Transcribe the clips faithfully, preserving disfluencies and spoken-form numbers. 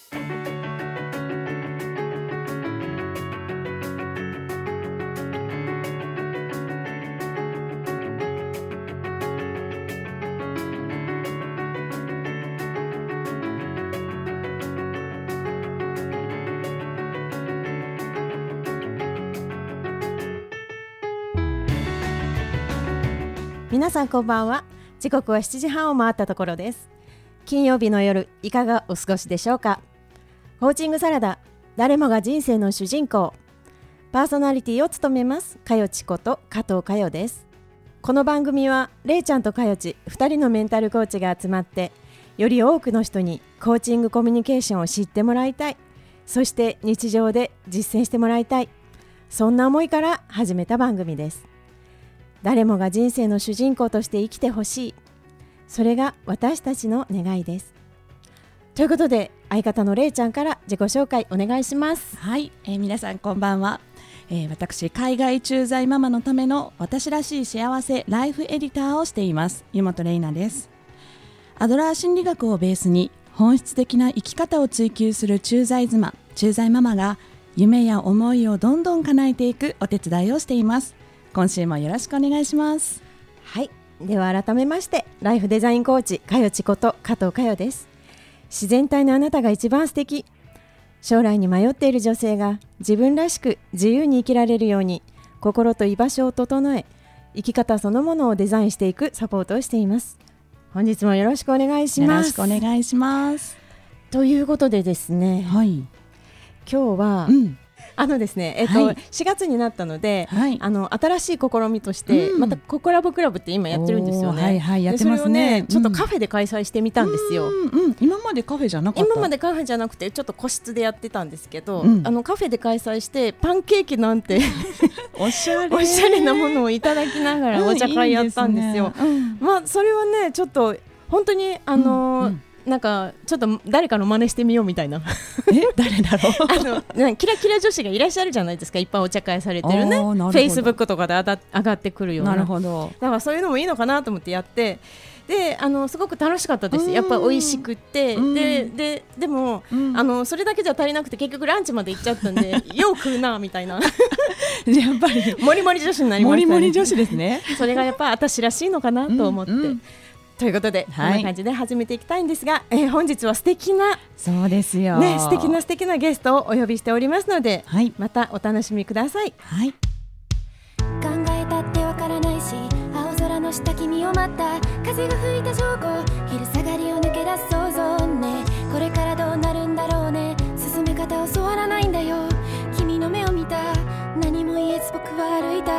皆さんこんばんは。時刻はしちじはんを回ったところです。金曜日の夜、いかがお過ごしでしょうか。コーチングサラダ、誰もが人生の主人公、パーソナリティを務めますかよちこと加藤かよです。この番組はれいちゃんとかよちふたりのメンタルコーチが集まって、より多くの人にコーチングコミュニケーションを知ってもらいたい、そして日常で実践してもらいたい、そんな思いから始めた番組です。誰もが人生の主人公として生きてほしい、それが私たちの願いです。ということで、相方のれいちゃんから自己紹介お願いします。 はい、えー、皆さんこんばんは。えー、私、海外駐在ママのための私らしい幸せライフエディターをしています湯本玲奈です。アドラー心理学をベースに本質的な生き方を追求する駐在妻、駐在ママが夢や思いをどんどん叶えていくお手伝いをしています。今週もよろしくお願いします。 はい、では改めまして、ライフデザインコーチかよちこと加藤かよです。自然体のあなたが一番素敵。将来に迷っている女性が自分らしく自由に生きられるように、心と居場所を整え、生き方そのものをデザインしていくサポートをしています。本日もよろしくお願いします。 よろしくお願いします。 ということでですね、 はい、 今日は、うんあのですねえっとはい、しがつになったので、はい、あの新しい試みとして、うん、またココラボクラブって今やってるんですよね。 はいはい、やってますね。 それをね、ちょっとカフェで開催してみたんですよ。 うんうん、今までカフェじゃなかった。 今までカフェじゃなくてちょっと個室でやってたんですけど、うん、あのカフェで開催してパンケーキなんておしゃれおしゃれなものをいただきながらお茶会やったんですよ。うんいいですね。うん、まあそれはねちょっと本当にあのーうんうんなんかちょっと誰かの真似してみようみたいなえ誰だろうあのキラキラ女子がいらっしゃるじゃないですか。いっぱいお茶会されてるね。フェイスブックとかで上がってくるような。 なるほど。 だからそういうのもいいのかなと思ってやって、であのすごく楽しかったです。やっぱ美味しくて、でででもあのそれだけじゃ足りなくて結局ランチまで行っちゃったんでよう食うなみたいなやっぱりモリモリ女子になりましたね。 モリモリ女子ですね。 それがやっぱ私らしいのかなと思って、うんうんということで、はい、こんな感じで始めていきたいんですが、えー、本日は素敵なそうですよ、 ね、素敵な素敵なゲストをお呼びしておりますので、 はい、 またお楽しみください。 はい、 考えたってわからないし、青空の下君を待った、風が吹いた正午、昼下がりを抜け出す想像ね。これからどうなるんだろうね。進め方教わらないんだよ。君の目を見た、何も言えず僕は歩いた。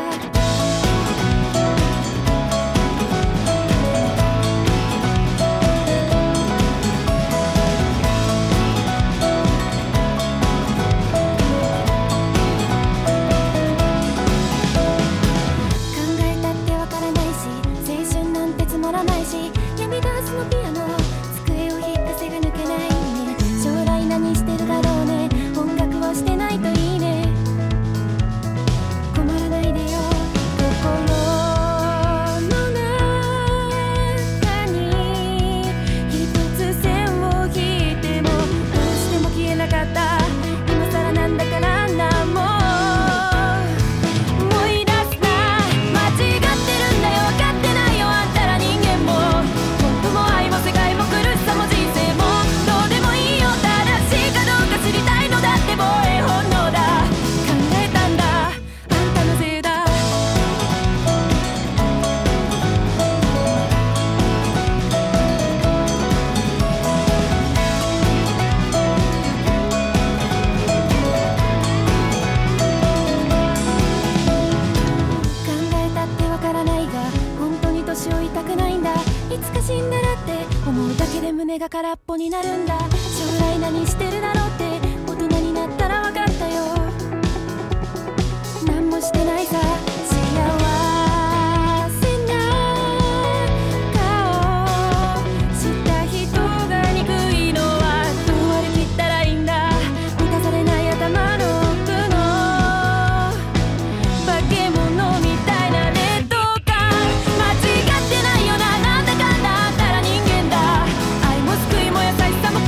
が空っぽになるんだ。将来何してるだろうって大人になったら分かったよ。何もしてないさ。幸せな顔した人が憎いのはどう割り切ったらいいんだ。満たされない頭の奥の化け物みたいな劣等感。間違ってないよな、なんだかんだあったら人間だ。愛も救いも優しさも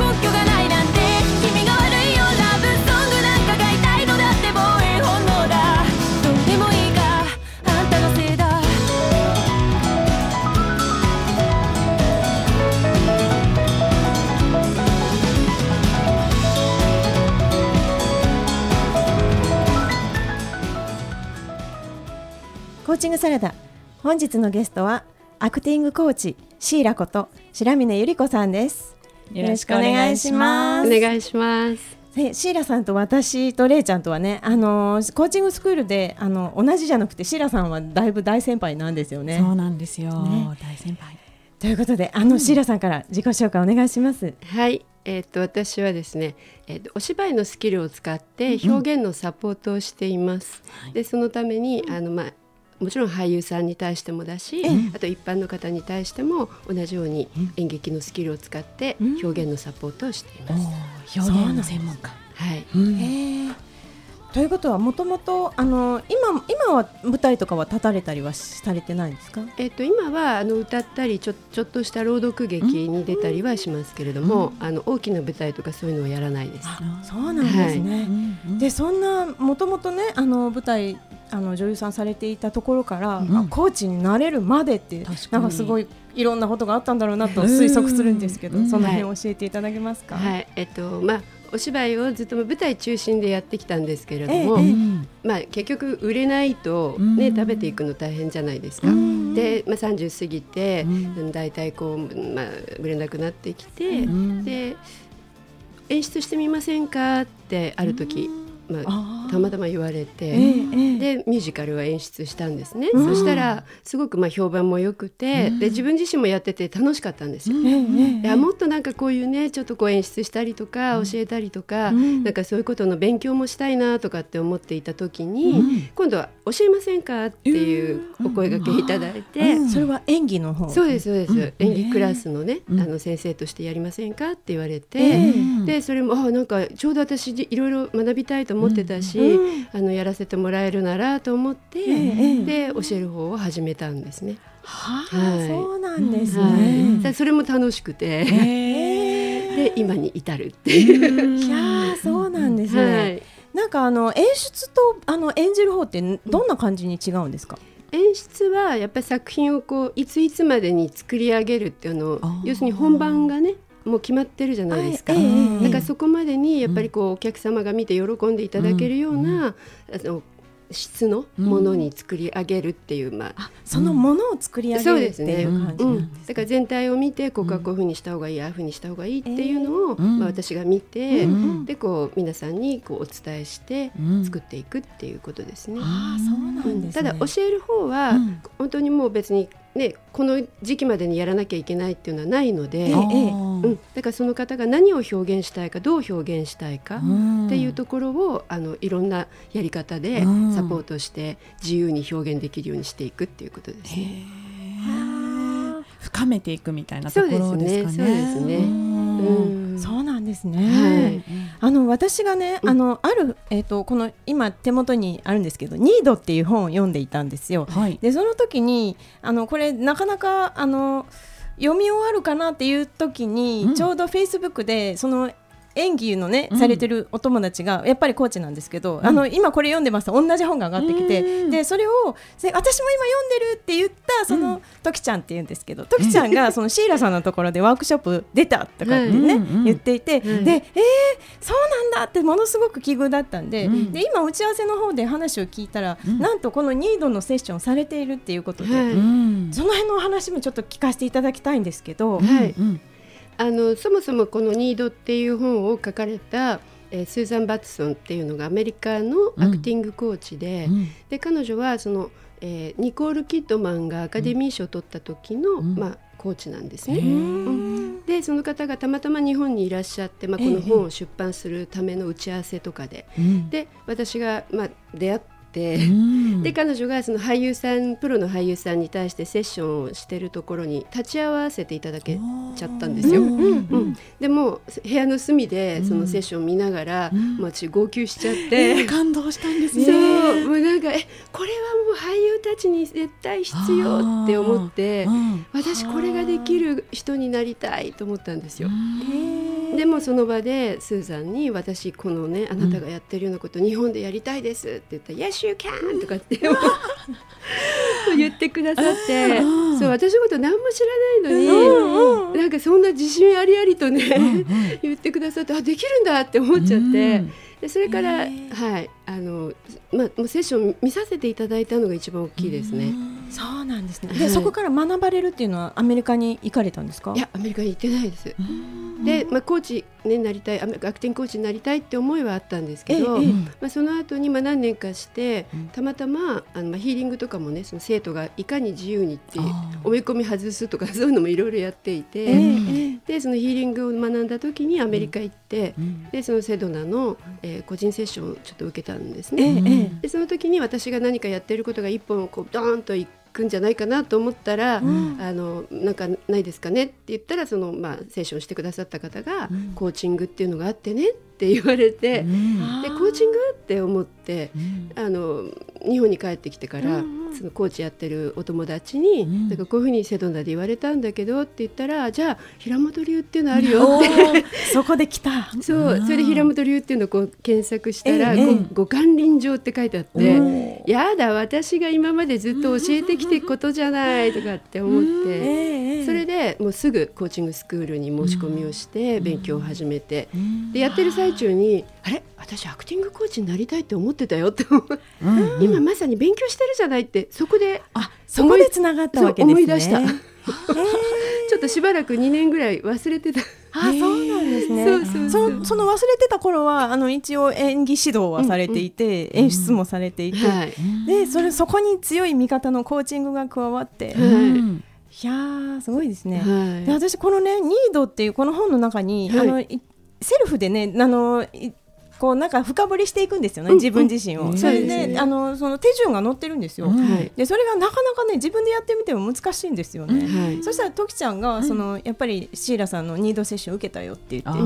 コーチングサラダ、本日のゲストはアクティングコーチシーラこと白峰ゆり子さんです。よろしくお願いします。 お願いします。 シーラさんと私とレイちゃんとはね、あのー、コーチングスクールであの同じじゃなくてシーラさんはだいぶ大先輩なんですよね。 そうなんですよ、ね、大先輩ということで、あの、うん、シーラさんから自己紹介お願いします。 はい、えー、と私はですね、えー、とお芝居のスキルを使って表現のサポートをしています、うん、でそのためにあの、まあ、もちろん俳優さんに対してもだし、うん、あと一般の方に対しても同じように演劇のスキルを使って表現のサポートをしています、 うん、表現の専門家、 はい、 うん、へー。ということはもともと今今は舞台とかは立たれたりはされてないんですか？ えー、と今はあの歌ったりちょ、ちょっとした朗読劇に出たりはしますけれども、うん、あの大きな舞台とかそういうのはやらないです。 あ、そうなんですね、はい、でそんなもともとねあの舞台あの女優さんされていたところから、うん、コーチになれるまでってなんかすごいいろんなことがあったんだろうなと推測するんですけど、その辺を教えていただけますか？ はい、はい、えっとまあお芝居をずっと舞台中心でやってきたんですけれども、ええまあ、結局売れないと、ね、食べていくの大変じゃないですか。で、まあ、さんじゅう過ぎてだいたいこう、まあ、売れなくなってきて、で演出してみませんかってある時、まあ、たまたま言われて、えー、でミュージカルは演出したんですね、うん、そしたらすごくまあ評判も良くて、うん、で自分自身もやってて楽しかったんですよ、うん、でもっとなんかこういうねちょっとこう演出したりとか教えたりとか、うん、なんかそういうことの勉強もしたいなとかって思っていた時に、うん、今度は教えませんかっていうお声掛けいただいて、 うん、それは演技の方？ そうですそうです、うん、演技クラスのね、うん、あの先生としてやりませんかって言われて、うん、でそれもあなんかちょうど私いろいろ学びたいと思ってたし、うんうん、あのやらせてもらえるならと思って、うん、で教える方を始めたんですね。 はあ、はい、そうなんですね、 はい、それも楽しくてで今に至るっていういやそうなんですね、はい、なんかあの演出とあの演じる方ってどんな感じに違うんですか？ 演出はやっぱり作品をこういついつまでに作り上げるっていうの要するに本番がねもう決まってるじゃないですか、えー、だからそこまでにやっぱりこうお客様が見て喜んでいただけるような、うん、あの質のものに作り上げるっていう、まあ、 あそのものを作り上げるっていう感じなんですね、うん、 だから全体を見てここはこういうふうにした方がいい、ああいうふうにした方がいいっていうのを、えーまあ、私が見て、うん、でこう皆さんにこうお伝えして作っていくっていうことですね、うん、 あそうなんですね。 ただ教える方は、うん、本当にもう別にね、この時期までにやらなきゃいけないっていうのはないので、ええうん、だからその方が何を表現したいかどう表現したいかっていうところをあのいろんなやり方でサポートして自由に表現できるようにしていくっていうことですね。 深めていくみたいなところですかね。 そうですね、うん、 そうなんですね、はい、あの私がね、うん、あのある、えーと、この今手元にあるんですけどニードっていう本を読んでいたんですよ、はい、でその時にあのこれなかなかあの読み終わるかなっていう時に、うん、ちょうどフェイスブックでその演技のね、うん、されてるお友達がやっぱりコーチなんですけど、うん、あの今これ読んでます同じ本が上がってきて、うん、でそれを私も今読んでるって言ったその、うん、トキちゃんって言うんですけどトキちゃんがそのシーラさんのところでワークショップ出たとかってね、うん、言っていて、うん、でえー、そうなんだってものすごく奇遇だったんで、うん、で今打ち合わせの方で話を聞いたら、うん、なんとこのニードのセッションされているっていうことで、うん、その辺のお話もちょっと聞かせていただきたいんですけど、 はいうんあのそもそもこのニードっていう本を書かれた、えー、スーザン・バッツソンっていうのがアメリカのアクティングコーチで、うん、で彼女はその、えー、ニコール・キッドマンがアカデミー賞を取った時の、うんまあ、コーチなんですね、うん、でその方がたまたま日本にいらっしゃって、まあ、この本を出版するための打ち合わせとかで、で私が、まあ、出会ってで彼女がその俳優さんプロの俳優さんに対してセッションをしているところに立ち会わせていただけちゃったんですよ、うんうんうん、でも部屋の隅でそのセッションを見ながら、うん、もう私号泣しちゃって、 えー、感動したんですね。 そうもうなんかえこれはもう俳優たちに絶対必要って思って、うん、私これができる人になりたいと思ったんですよ。でもその場でスーザンに私このねあなたがやってるようなこと日本でやりたいですって言ったら、うん、Yes you can とかって言ってくださって、そう私のこと何も知らないのに、なんかそんな自信ありありとね言ってくださって、あできるんだって思っちゃって、でそれから、はい、あのまあ、もうセッション見させていただいたのが一番大きいですね。 そうなんですね。 はいでそこから学ばれるっていうのはアメリカに行かれたんですか？ いやアメリカに行ってないです。で、まあ、コーチになりたい、アクティングコーチになりたいって思いはあったんですけど、 ええまあ、その後にまあ何年かしてたまたまあのまあヒーリングとかもね、その生徒がいかに自由にって思い込み外すとかそういうのもいろいろやっていて、 ええでそのヒーリングを学んだ時にアメリカ行って、 うん、 でそのセドナの、えー、個人セッションをちょっと受けたんですええね。 ええでその時に私が何かやっていることが一本こうドーンといくんじゃないかなと思ったら、 うん、 あのなんかないですかねって言ったら、その、まあ、セッションしてくださった方が、うん、コーチングっていうのがあってねって言われて、うん、でコーチングって思って、うん、あの日本に帰ってきてから、うんうん、そのコーチやってるお友達に、うん、なんかこういうふうにセドナで言われたんだけどって言ったら、じゃあ平本流っていうのあるよってそこで来た。 そうそれで平本流っていうのをこう検索したら、ええ、ご関輪上って書いてあって、やだ私が今までずっと教えてきてことじゃないとかって思って、ええ、それでもうすぐコーチングスクールに申し込みをして勉強を始めて、でやってる最中にあれ私アクティングコーチになりたいって思ってたよって思って、うん、今まさに勉強してるじゃないってそこであそこでつながったわけですね。 思い出したちょっとしばらくにねんぐらい忘れてた。 あ、そうなんですね。 そうそうそう。 その、その忘れてた頃はあの一応演技指導はされていて、うんうん、演出もされていて、うんはい、でそれそこに強い味方のコーチングが加わって、はい、いやーすごいですね、はい、で私このねニードっていうこの本の中に、はい、あのセルフでねあのこうなんか深掘りしていくんですよね、うん、自分自身を、うん、それで、ね、あのその手順が載ってるんですよ、うん、でそれがなかなかね自分でやってみても難しいんですよね、うんはい、そしたらトキちゃんがその、うん、やっぱりシーラさんのニードセッション受けたよって言って、うん、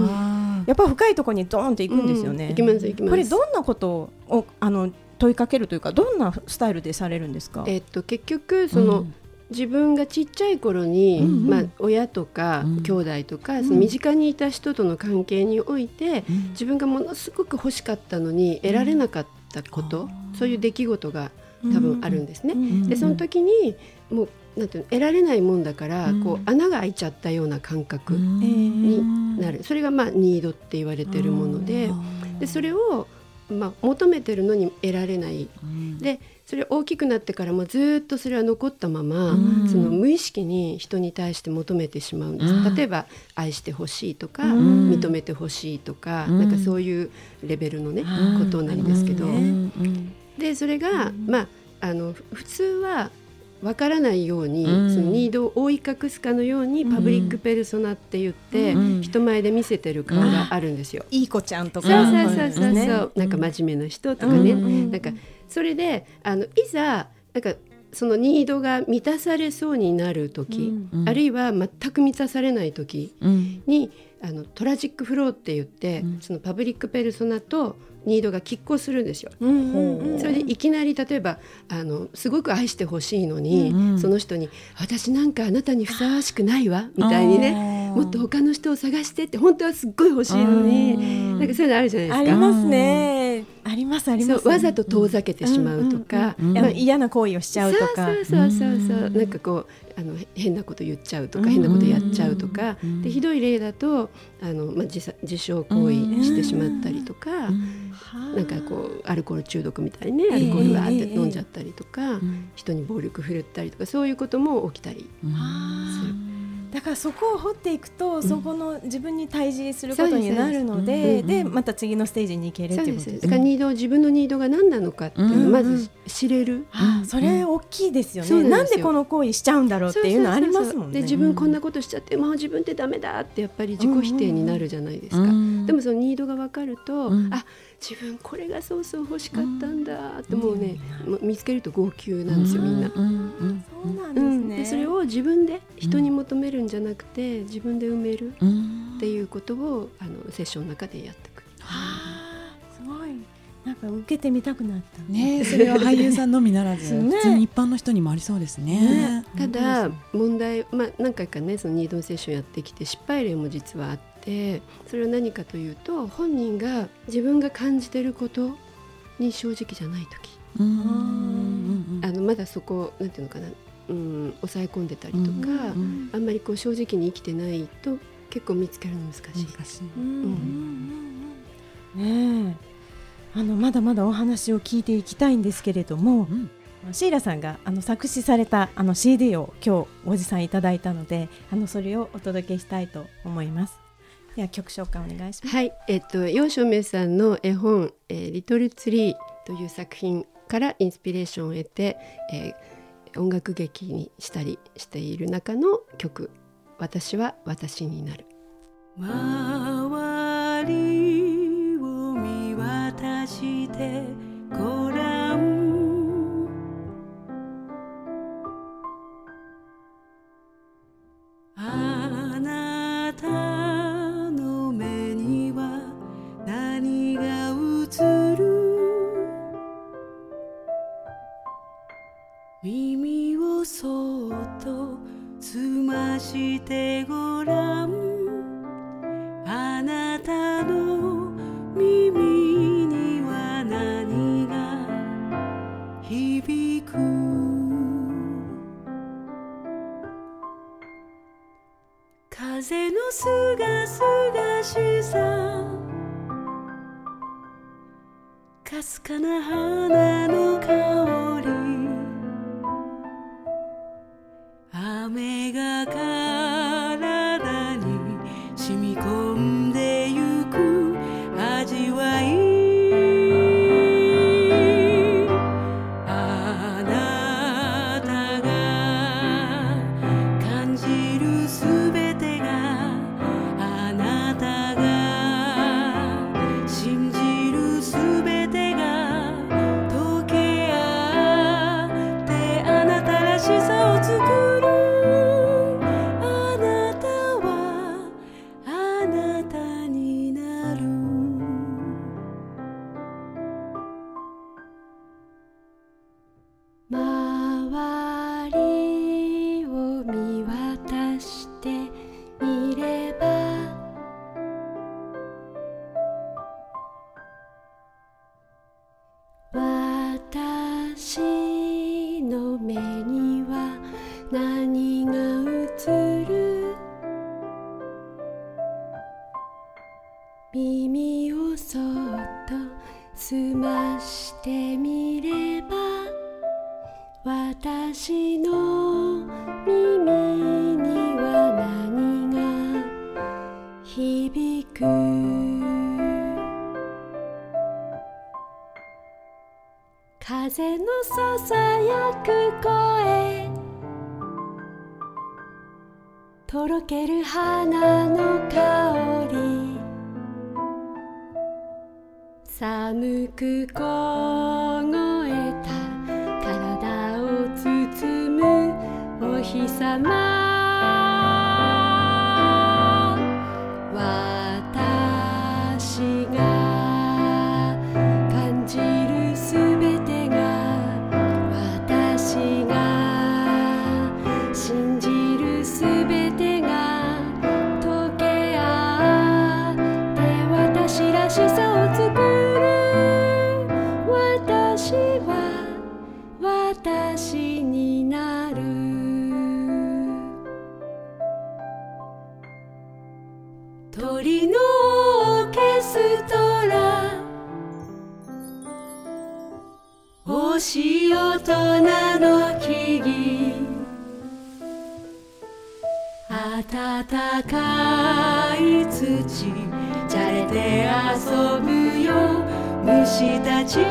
やっぱ深いところにドーンっていくんですよね、うん、 行きます行きます。 これどんなことをあの問いかけるというかどんなスタイルでされるんですか？ えっと、結局その、うん自分がちっちゃい頃に、うんうんまあ、親とか兄弟とか、うん、その身近にいた人との関係において、うん、自分がものすごく欲しかったのに得られなかったこと、うん、そういう出来事が多分あるんですね、うん、でその時にもうなんていうの得られないもんだから、うん、こう穴が開いちゃったような感覚になる、それがまあニードって言われてるもので、でそれをまあ、求めてるのに得られない、うん、でそれ大きくなってからもずっとそれは残ったまま、うん、その無意識に人に対して求めてしまうんです、うん、例えば愛してほしいとか、うん、認めてほしいとか、うん、なんかそういうレベルの、ねうん、ことなんですけど、うん、でそれが、うんまあ、あの普通はわからないように、うん、そのニードを覆い隠すかのようにパブリックペルソナって言って、うん、人前で見せてる顔があるんですよ、 うん、いい子ちゃんとかそうそうそうそう、ね、なんか真面目な人とかね、うん、なんかそれであのいざなんかそのニードが満たされそうになる時、うん、あるいは全く満たされない時に、うん、あのトラジックフローって言って、うん、そのパブリックペルソナとニードが拮抗するんですよ、うんうんうん、それでいきなり例えばあのすごく愛してほしいのに、うんうん、その人に私なんかあなたにふさわしくないわみたいにね、もっと他の人を探してって本当はすっごい欲しいのに、なんかそういうのあるじゃないですか。 ありますね、ありますあります、 そうわざと遠ざけてしまうとか、 うんうんうんまあ、嫌な行為をしちゃうとか、 そうそうそうそうそう、なんかこうあの変なこと言っちゃうとか、変なことやっちゃうとか、でひどい例だとあの、まあ、自, 自傷行為してしまったりとか、なんかこうアルコール中毒みたいにね、アルコールわーって飲んじゃったりとか、人に暴力振るったりとか、そういうことも起きたりする。 だからそこを掘っていくと、うん、そこの自分に対峙することになるので、で、でまた次のステージに行けるっていうことですね。 だからニード、自分のニードが何なのかっていうのをまず知れる、 うんうん、それ大きいですよね、うん、なんでこの行為しちゃうんだろうっていうのありますもんね。 で自分こんなことしちゃって、まあ、自分ってダメだってやっぱり自己否定になるじゃないですか、うん、でもそのニードが分かると、うん、あ自分これがそうそう欲しかったんだって、もうね、うん、見つけると号泣なんですよ、みんな、うんうん、 そうなんですね、うん、でそれを自分で人に求めるんじゃなくて、自分で埋めるっていうことをあのセッションの中でやっていく、 はあ、すごいなんか受けてみたくなったね。それは俳優さんのみならず、ね、普通に一般の人にもありそうですね。 ね、ただ問題、まあ、何回かねそのニードセッションやってきて失敗例も実はあって、それは何かというと、本人が自分が感じてることに正直じゃない時、うん、あのまだそこなんていうのかな、うん、抑え込んでたりとか、うんうん、あんまりこう正直に生きてないと結構見つけるの難しい。難しい、うんうん、 ねえ、ああのまだまだお話を聞いていきたいんですけれども、うん、シーラさんがあの作詞されたあの シーディー を今日おじさんいただいたので、あのそれをお届けしたいと思います。では曲紹介お願いします。 はい、えっと楊照明さんの絵本、えー、リトルツリーという作品からインスピレーションを得て、えー、音楽劇にしたりしている中の曲、私は私になる。 周りを見渡してごらん、あなたの目には何が映る、耳をそっと澄ましてごらん、あなたの耳には何が響く、風のすがすがしさ、かすかな花の香り、雨が体に染み込んでゆく味わい、あなたが感じるすべてが、あなたが信じるすべてが溶け合ってあなたらしさを作る、あなたはあなたになる。 周りを見渡してみれば、私の目には何が映る、耳をそっと澄ましてみれば、私の耳には何が響く、風のささやく声、とろける花の香り、寒く凍えた体を包むお日さま、私が感じるすべてが、私が信じるすべてが溶け合って私らしさを作る、私は私になる。鳥のオーケストラ、星大人の木々、暖かい土、じゃれて遊ぶよ虫たち、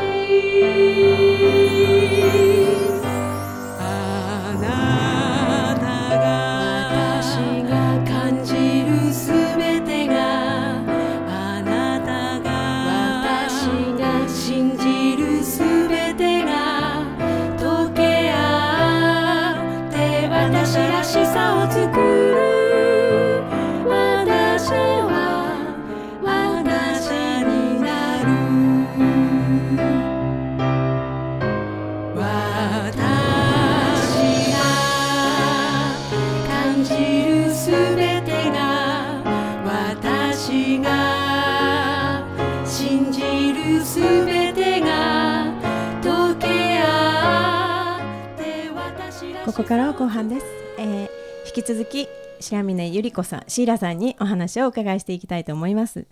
あなたが私が感じるすべてが、あなたが私が信じるすべてが溶け合って私らしさを作る、私は私になる、私が感じるすべてが、私が信じるすべてが溶け合って私らしさ。 ここからは後半です。えー、引き続き白峰ゆり子さん、シーラさんにお話をお伺いしていきたいと思います。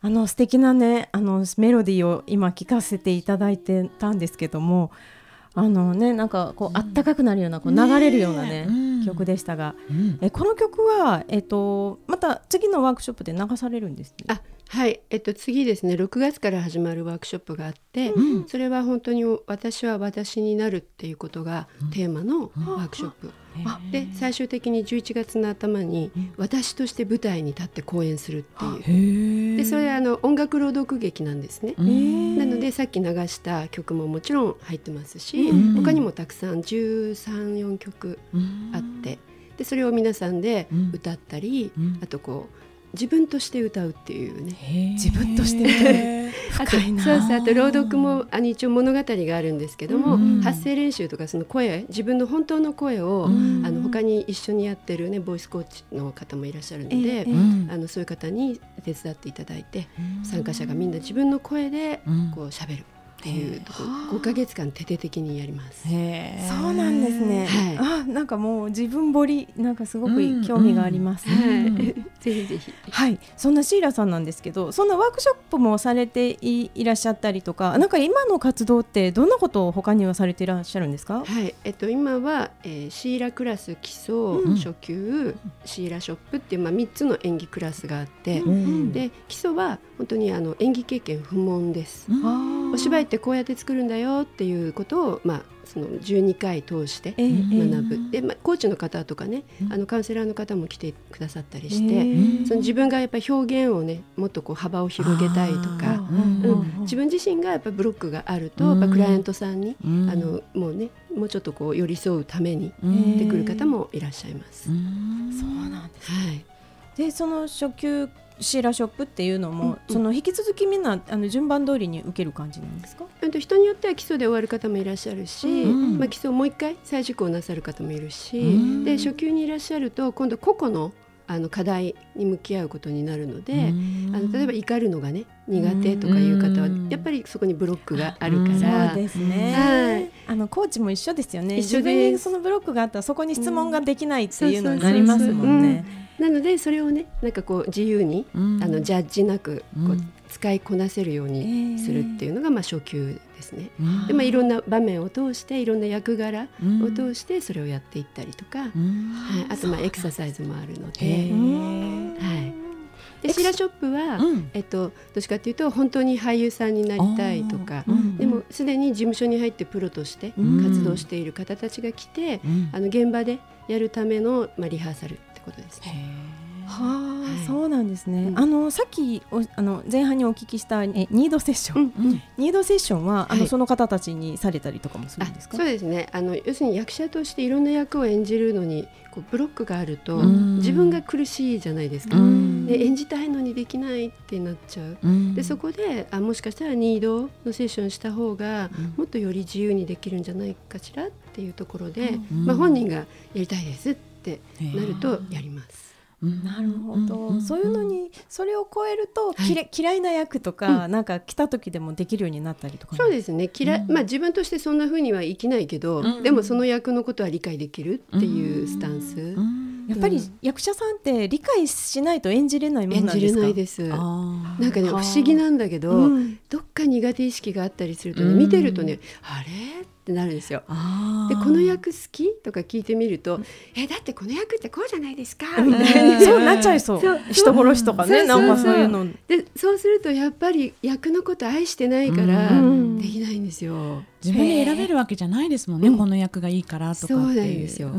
あの素敵なねあのメロディーを今聴かせていただいてたんですけども、あのねなんかこう、うん、あったかくなるようなこう流れるようなね、ね曲でしたが、うん、えこの曲は、えっと、また次のワークショップで流されるんですね。 あはい、えっと、次ですねろくがつから始まるワークショップがあって、うん、それは本当に私は私になるっていうことがテーマのワークショップ、うん、で最終的にじゅういちがつの頭に私として舞台に立って公演するっていう、でそれはあの音楽朗読劇なんですね。なのでさっき流した曲ももちろん入ってますし、他にもたくさんじゅうさん、よんきょくあって、でそれを皆さんで歌ったり、あとこう自分として歌うっていうね、 自分として歌う深いな。 あとそうそう、あと朗読もあ一応物語があるんですけども、うん、発声練習とかその声、自分の本当の声を、うん、あの他に一緒にやってるねボイスコーチの方もいらっしゃるので、えー、あのそういう方に手伝っていただいて、うん、参加者がみんな自分の声でこう喋るっていうところごかげつかん徹底的にやります。 へそうなんですね、はい、あなんかもう自分掘りなんかすごく興味があります、 うんうんはい、ぜひぜひ、 はい、そんなシーラさんなんですけど、そんなワークショップもされて い, いらっしゃったりとか、なんか今の活動ってどんなことを他にはされていらっしゃるんですか？ はい、えっと、今は、えー、シーラクラス基礎、うん、初級、シーラショップっていう、まあ、みっつの演技クラスがあって、うん、で基礎は本当にあの演技経験不問です、うん、お芝居ってこうやって作るんだよっていうことを、まあ、そのじゅうにかい通して学ぶ、えーでまあ、コーチの方とかね、あのカウンセラーの方も来てくださったりして、えー、その自分がやっぱり表現をねもっとこう幅を広げたいとか、うんうん、自分自身がやっぱブロックがあると、やっぱクライアントさんに、うん、あのもうねもうちょっとこう寄り添うために出てくる方もいらっしゃいます、えー、そうなんですね、 はい、 でその初級シーラショップっていうのも、うんうん、その引き続きみんなあの順番通りに受ける感じなんですか？ 人によっては基礎で終わる方もいらっしゃるし、うんまあ、基礎をもう一回再受講なさる方もいるし、うん、で初級にいらっしゃると今度個々のあの課題に向き合うことになるので、うん、あの例えば怒るのがね苦手とかいう方はやっぱりそこにブロックがあるから、 うん、そうですね、はい、あのコーチも一緒ですよね。 一緒です。 自分にそのブロックがあったらそこに質問ができないっていうのになりますもんね。 なのでそれをねなんかこう自由に、うん、あのジャッジなくこう使いこなせるようにするっていうのが、まあ、初級ですね、えーでまあ、いろんな場面を通していろんな役柄を通してそれをやっていったりとか、うんはい、あとまあエクササイズもあるので、えーはい、でシーラショップは、うんえっと、どっちかというと本当に俳優さんになりたいとか、うん、でもすでに事務所に入ってプロとして活動している方たちが来て、うん、あの現場でやるための、まあ、リハーサルってことですね。 はあ、はい、そうなんですね、うん、あのさっきおあの前半にお聞きしたえニードセッション、うんうん、ニードセッションはあの、はい、その方たちにされたりとかもするんですか？ そうですね、あの要するに役者としていろんな役を演じるのにこうブロックがあると自分が苦しいじゃないですか。で演じたいのにできないってなっちゃう。でそこであもしかしたらニードのセッションした方がもっとより自由にできるんじゃないかしらっていうところで、まあ、本人がやりたいですってなるとやります。 なるほど、うんうんうん、そういうのにそれを超えると、はい、嫌いな役とか、うん、なんか来た時でもできるようになったりとか、 そうですね嫌い、うんまあ、自分としてそんな風には生きないけど、うん、でもその役のことは理解できるっていうスタンス、うん、 やっぱり役者さんって理解しないと演じれないもんなんですか？ 演じれないです。あなんかね不思議なんだけど、うん、どっか苦手意識があったりするとね、見てるとねあれってなるんですよ。でこの役好きとか聞いてみると、えだってこの役ってこうじゃないですかみたいな、 そうなっちゃいそう。そう人殺しとかね、なんかそういうのでそうするとやっぱり役のこと愛してないからできないんですよ。 自分で選べるわけじゃないですもんね、この役がいいからとかっていう。 そうなんですよ、うん、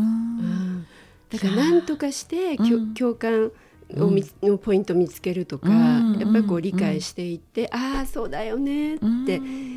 だから何とかして、うん、共感をみのポイント見つけるとか、うん、やっぱりこう理解していって、うん、ああそうだよねって、うん、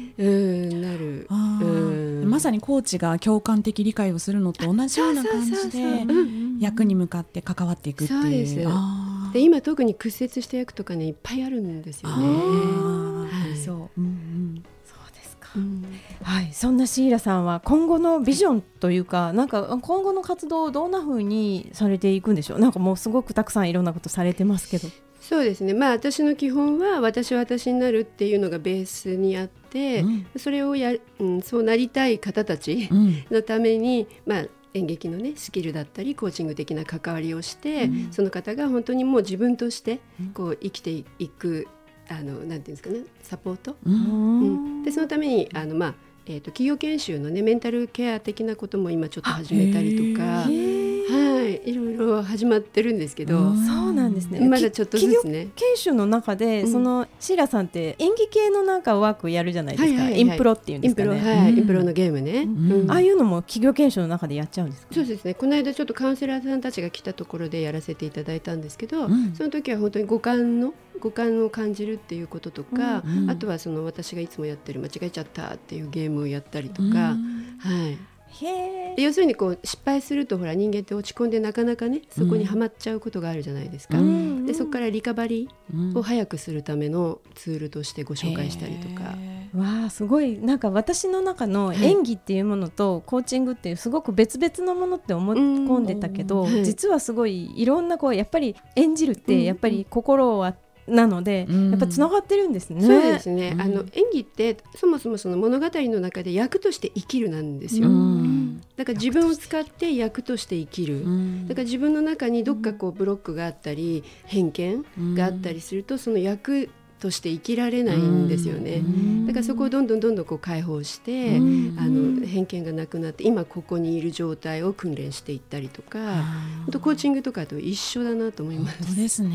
うんなる、 うん、まさにコーチが共感的理解をするのと同じような感じで役に向かって関わっていくっていう。 そうです。で今特に屈折した役とかねいっぱいあるんですよね。 はい、そう、うんうんうん、はい、そんなシーラさんは今後のビジョンというか、なんか今後の活動をどんな風にされていくんでしょう。なんかもうすごくたくさんいろんなことされてますけど。 そうですね、まあ、私の基本は私は私になるっていうのがベースにあって、うん、それをや、うん、そうなりたい方たちのために、うんまあ、演劇の、ね、スキルだったりコーチング的な関わりをして、うん、その方が本当にもう自分としてこう生きていくあのなんていうんですかね、サポート、 うんうん、でそのためにあの、まあえー、と企業研修の、ね、メンタルケア的なことも今ちょっと始めたりとか、はい、いろいろ始まってるんですけど、 そうなんですね。 まだちょっとずつね。 企業研修の中で、うん、そのシーラさんって演技系のなんかワークやるじゃないですか、はいはいはい、インプロっていうんですかね。インプロ、はい、うん、インプロのゲームね、うんうん、ああいうのも企業研修の中でやっちゃうんですか？ そうですね。この間ちょっとカウンセラーさんたちが来たところでやらせていただいたんですけど、うん、その時は本当に五感の五感を感じるっていうこととか、うんうん、あとはその私がいつもやってる間違えちゃったっていうゲームをやったりとか、うん、はい、へー、要するにこう失敗するとほら人間って落ち込んでなかなかねそこにはまっちゃうことがあるじゃないですか、うん、でそこからリカバリーを早くするためのツールとしてご紹介したりとか、 わあ、すごい。なんか私の中の演技っていうものとコーチングっていうすごく別々のものって思い込んでたけど、はい、実はすごいいろんなこうやっぱり演じるってやっぱり心をなので、うん、やっぱつながってるんですね。 そうですね、うん、あの演技ってそもそもその物語の中で役として生きるなんですよ、うん、だから自分を使って役として生きる、うん、だから自分の中にどっかこうブロックがあったり偏見があったりするとその役として生きられないんですよね、うん、だからそこをどんどんどんどんこう解放して、うん、あの偏見がなくなって今ここにいる状態を訓練していったりとか、あとコーチングとかと一緒だなと思います。 本当ですね、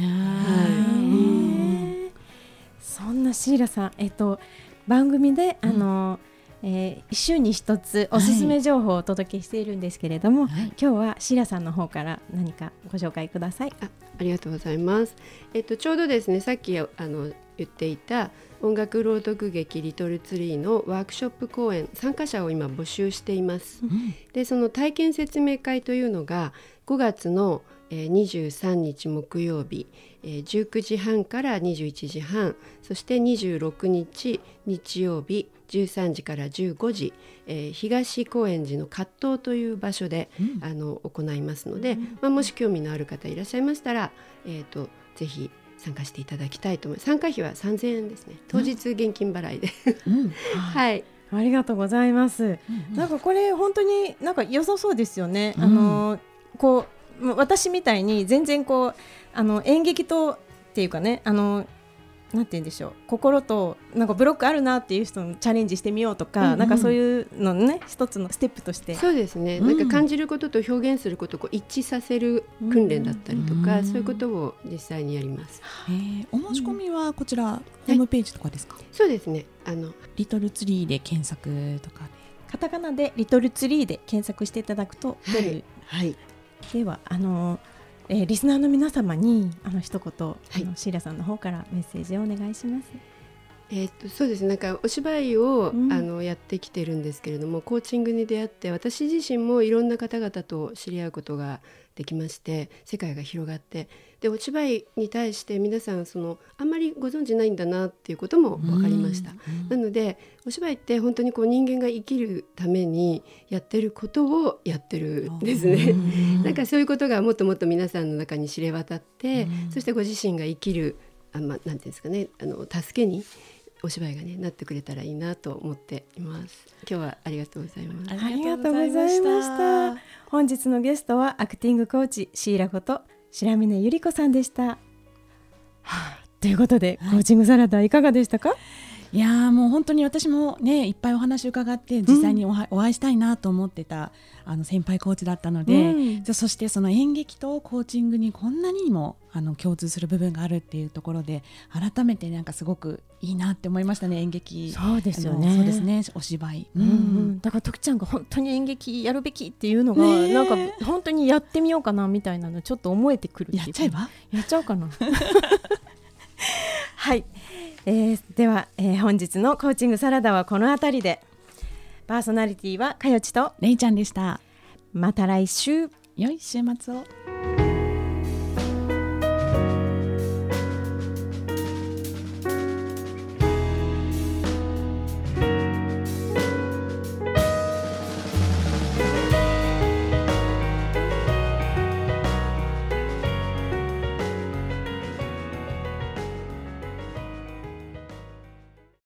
はい、そんなシーラさん、えっと、番組であの、うん、えー、週に一つおすすめ情報をお届けしているんですけれども、はい、今日はシーラさんの方から何かご紹介ください。 あ、ありがとうございます。えっと、ちょうどですね、さっきあの言っていた音楽朗読劇リトルツリーのワークショップ公演参加者を今募集しています、うん、でその体験説明会というのがごがつのにじゅうさんにち木曜日じゅうくじはんからにじゅういちじはん、そしてにじゅうろくにち日曜日じゅうさんじからじゅうごじ、えー、東高円寺の葛藤という場所で、うん、あの行いますので、うんまあ、もし興味のある方いらっしゃいましたら、えーと、ぜひ参加していただきたいと思います。参加費はさんぜんえんですね。当日現金払いで、うん、はい、 ありがとうございます、うんうん、なんかこれ本当になんか良さそうですよね、うん、あのこう私みたいに全然こうあの演劇とっていうかね、あのなんて言うんでしょう、心となんかブロックあるなっていう人にチャレンジしてみようとか、うんうん、なんかそういうのね一つのステップとして。 そうですね、うん、なんか感じることと表現することをこう一致させる訓練だったりとか、うん、そういうことを実際にやります。 へー、お申し込みはこちら、うん、ホームページとかですか？はい、 そうですね、あのリトルツリーで検索とかでカタカナでリトルツリーで検索していただくと出る、 はいはい、 ではあのえー、リスナーの皆様にあの一言、はい、あのシーラさんの方からメッセージをお願いします。 えー、っとそうですね、なんかお芝居を、うん、あのやってきてるんですけれども、コーチングに出会って私自身もいろんな方々と知り合うことができまして、世界が広がって、でお芝居に対して皆さんそのあんまりご存じないんだなっていうことも分かりました、うんうん、なのでお芝居って本当にこう人間が生きるためにやってることをやってるんですね、うん、なんかそういうことがもっともっと皆さんの中に知れ渡って、うん、そしてご自身が生きるあ、まあ、なんていうんですかね、あの助けにお芝居が、ね、なってくれたらいいなと思っています。今日はありがとうございます。 ありがとうございました。本日のゲストはアクティングコーチシーラこと白峰ゆり子さんでした、はあ、ということで、はい、コーチングサラダいかがでしたか？ いやもう本当に私もねいっぱいお話伺って実際に お,、うん、お会いしたいなと思ってたあの先輩コーチだったので、うん、そしてその演劇とコーチングにこんなにもあの共通する部分があるっていうところで改めてなんかすごくいいなって思いましたね。演劇、 そうですよね、 そうですね、お芝居、 うんうん、だから徳ちゃんが本当に演劇やるべきっていうのが、ね、なんか本当にやってみようかなみたいなのちょっと思えてくるっていう。 やっちゃえばやっちゃおうかなはい、えー、では、えー、本日のコーチングサラダはこのあたりで。パーソナリティはかよちとれいちゃんでした。 また来週、 良い週末を。